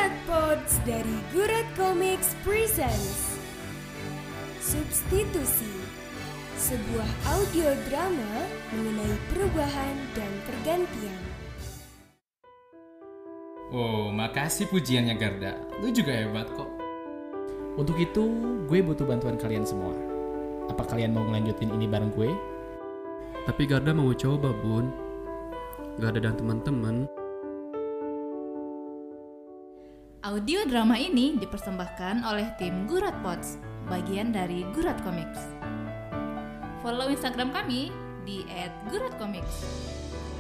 Gurat Pods dari Gurat Comics Presents Substitusi, sebuah audio drama mengenai perubahan dan pergantian. Oh, makasih pujiannya Garda. Lu juga hebat kok. Untuk itu, gue butuh bantuan kalian semua. Apa kalian mau ngelanjutin ini bareng gue? Tapi Garda mau coba, Bun. Garda dan teman-teman. Audio drama ini dipersembahkan oleh tim Gurat Pods, bagian dari Gurat Comics. Follow Instagram kami di @guratcomics.